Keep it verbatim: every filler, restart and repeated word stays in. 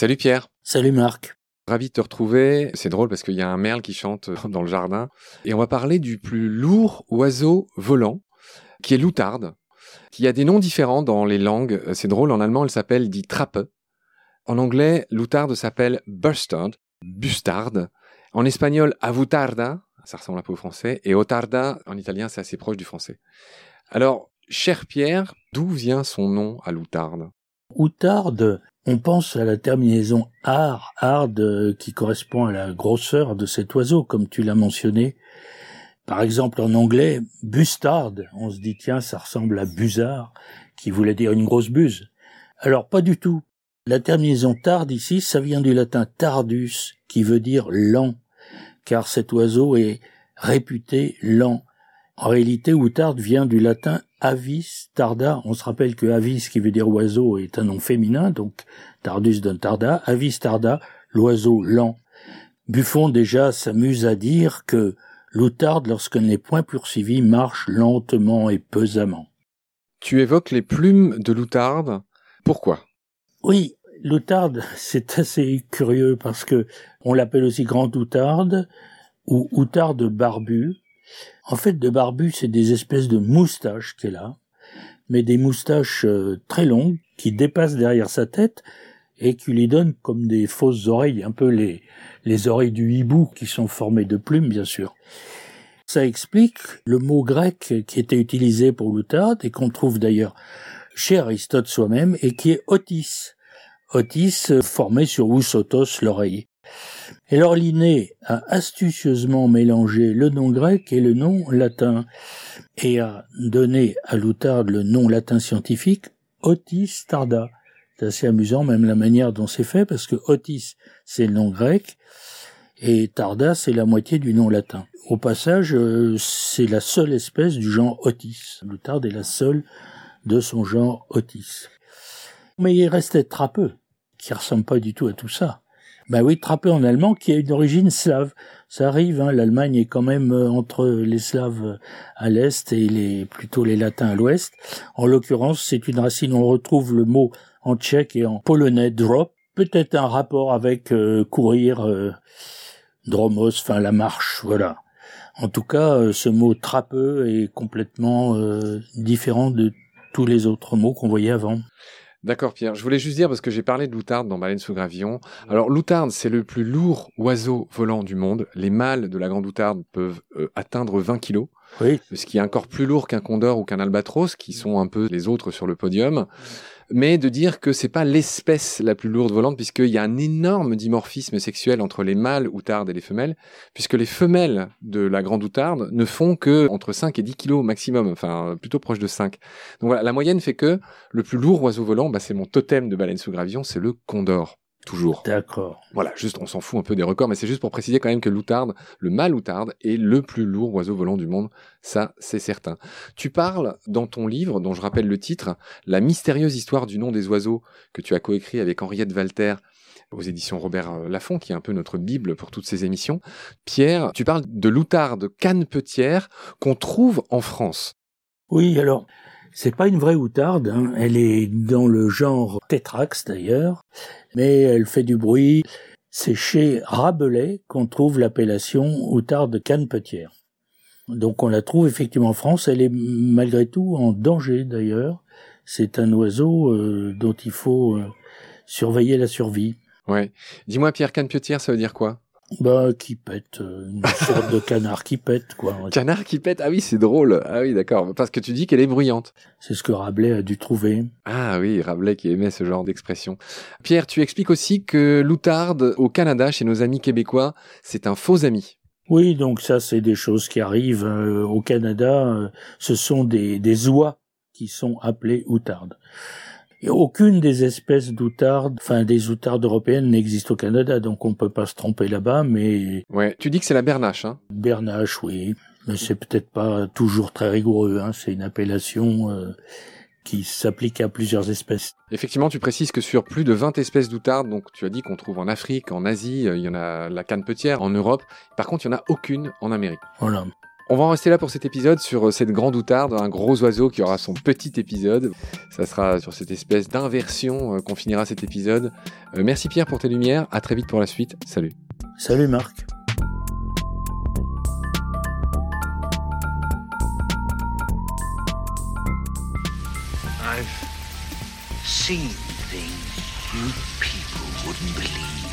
Salut Pierre. Salut Marc. Ravi de te retrouver. C'est drôle parce qu'il y a un merle qui chante dans le jardin. Et on va parler du plus lourd oiseau volant, qui est l'outarde, qui a des noms différents dans les langues. C'est drôle, en allemand, elle s'appelle die Trappe. En anglais, l'outarde s'appelle bustard, bustard. En espagnol, avutarda, ça ressemble un peu au français. Et otarda, en italien, c'est assez proche du français. Alors, cher Pierre, d'où vient son nom à l'outarde ? Outarde, on pense à la terminaison ar, hard, qui correspond à la grosseur de cet oiseau, comme tu l'as mentionné. Par exemple, en anglais, bustard, on se dit, tiens, ça ressemble à busard, qui voulait dire une grosse buse. Alors, pas du tout. La terminaison tard ici, ça vient du latin tardus, qui veut dire lent, car cet oiseau est réputé lent. En réalité, outarde vient du latin avis tarda. On se rappelle que avis, qui veut dire oiseau, est un nom féminin, donc tardus donne tarda. Avis tarda, l'oiseau lent. Buffon déjà s'amuse à dire que l'outarde, lorsqu'elle n'est point poursuivie, marche lentement et pesamment. Tu évoques les plumes de l'outarde. Pourquoi ? Oui, l'outarde, c'est assez curieux parce que on l'appelle aussi grande outarde ou outarde barbue. En fait, de barbu, c'est des espèces de moustaches qu'elle a, mais des moustaches euh, très longues qui dépassent derrière sa tête et qui lui donnent comme des fausses oreilles, un peu les, les oreilles du hibou qui sont formées de plumes, bien sûr. Ça explique le mot grec qui était utilisé pour l'outarde et qu'on trouve d'ailleurs chez Aristote soi-même et qui est otis. Otis, formé sur ous otos, l'oreille. Et alors Linné a astucieusement mélangé le nom grec et le nom latin et a donné à l'outarde le nom latin scientifique Otis tarda. C'est assez amusant même la manière dont c'est fait parce que Otis c'est le nom grec et tarda c'est la moitié du nom latin. Au passage, c'est la seule espèce du genre Otis. L'outarde est la seule de son genre Otis. Mais il restait Trappeux, qui ressemble pas du tout à tout ça. Ben oui, Trappeux en allemand, qui a une origine slave. Ça arrive, hein, l'Allemagne est quand même entre les Slaves à l'est et les, plutôt les Latins à l'ouest. En l'occurrence, c'est une racine, on retrouve le mot en tchèque et en polonais, drop. Peut-être un rapport avec euh, courir, euh, dromos, enfin la marche, voilà. En tout cas, euh, ce mot Trappeux est complètement euh, différent de tous les autres mots qu'on voyait avant. D'accord Pierre, je voulais juste dire, parce que j'ai parlé de l'outarde dans Baleine sous gravillon. Alors l'outarde, c'est le plus lourd oiseau volant du monde. Les mâles de la grande outarde peuvent euh, atteindre vingt kilos, oui. Ce qui est encore plus lourd qu'un condor ou qu'un albatros, qui sont un peu les autres sur le podium. Mais de dire que c'est pas l'espèce la plus lourde volante, puisqu'il y a un énorme dimorphisme sexuel entre les mâles outardes et les femelles, puisque les femelles de la grande outarde ne font que entre cinq et dix kilos maximum, enfin plutôt proche de cinq. Donc voilà, la moyenne fait que le plus lourd oiseau volant, bah, c'est mon totem de baleine sous gravillon, c'est le condor. Toujours. D'accord. Voilà, juste, on s'en fout un peu des records, mais c'est juste pour préciser quand même que l'outarde, le mâle outarde, est le plus lourd oiseau volant du monde. Ça, c'est certain. Tu parles dans ton livre, dont je rappelle le titre, La mystérieuse histoire du nom des oiseaux, que tu as coécrit avec Henriette Walter aux éditions Robert Laffont, qui est un peu notre bible pour toutes ces émissions. Pierre, tu parles de l'outarde canepetière qu'on trouve en France. Oui, alors, c'est pas une vraie outarde, hein. Elle est dans le genre Tétrax d'ailleurs, mais elle fait du bruit. C'est chez Rabelais qu'on trouve l'appellation outarde canepetière. Donc on la trouve effectivement en France, elle est malgré tout en danger d'ailleurs. C'est un oiseau euh, dont il faut euh, surveiller la survie. Ouais. Dis-moi Pierre, canepetière, ça veut dire quoi ? Bah, qui pète, une sorte de canard qui pète, quoi. Canard qui pète, ah oui, c'est drôle. Ah oui, d'accord, parce que tu dis qu'elle est bruyante. C'est ce que Rabelais a dû trouver. Ah oui, Rabelais qui aimait ce genre d'expression. Pierre, tu expliques aussi que l'outarde au Canada, chez nos amis québécois, c'est un faux ami. Oui, donc ça, c'est des choses qui arrivent euh, au Canada. Euh, ce sont des, des oies qui sont appelées outardes. Et aucune des espèces d'outardes, enfin des outardes européennes n'existe au Canada, donc on peut pas se tromper là-bas, mais... Ouais, tu dis que c'est la bernache, hein ? Bernache, oui, mais c'est peut-être pas toujours très rigoureux, hein. C'est une appellation euh, qui s'applique à plusieurs espèces. Effectivement, tu précises que sur plus de vingt espèces d'outardes, donc tu as dit qu'on trouve en Afrique, en Asie, il y en a la canepetière, en Europe, par contre il n'y en a aucune en Amérique. Voilà. On va en rester là pour cet épisode sur cette grande outarde, un gros oiseau qui aura son petit épisode. Ça sera sur cette espèce d'inversion qu'on finira cet épisode. Euh, merci Pierre pour tes lumières. À très vite pour la suite. Salut. Salut Marc. I've seen things you people wouldn't believe.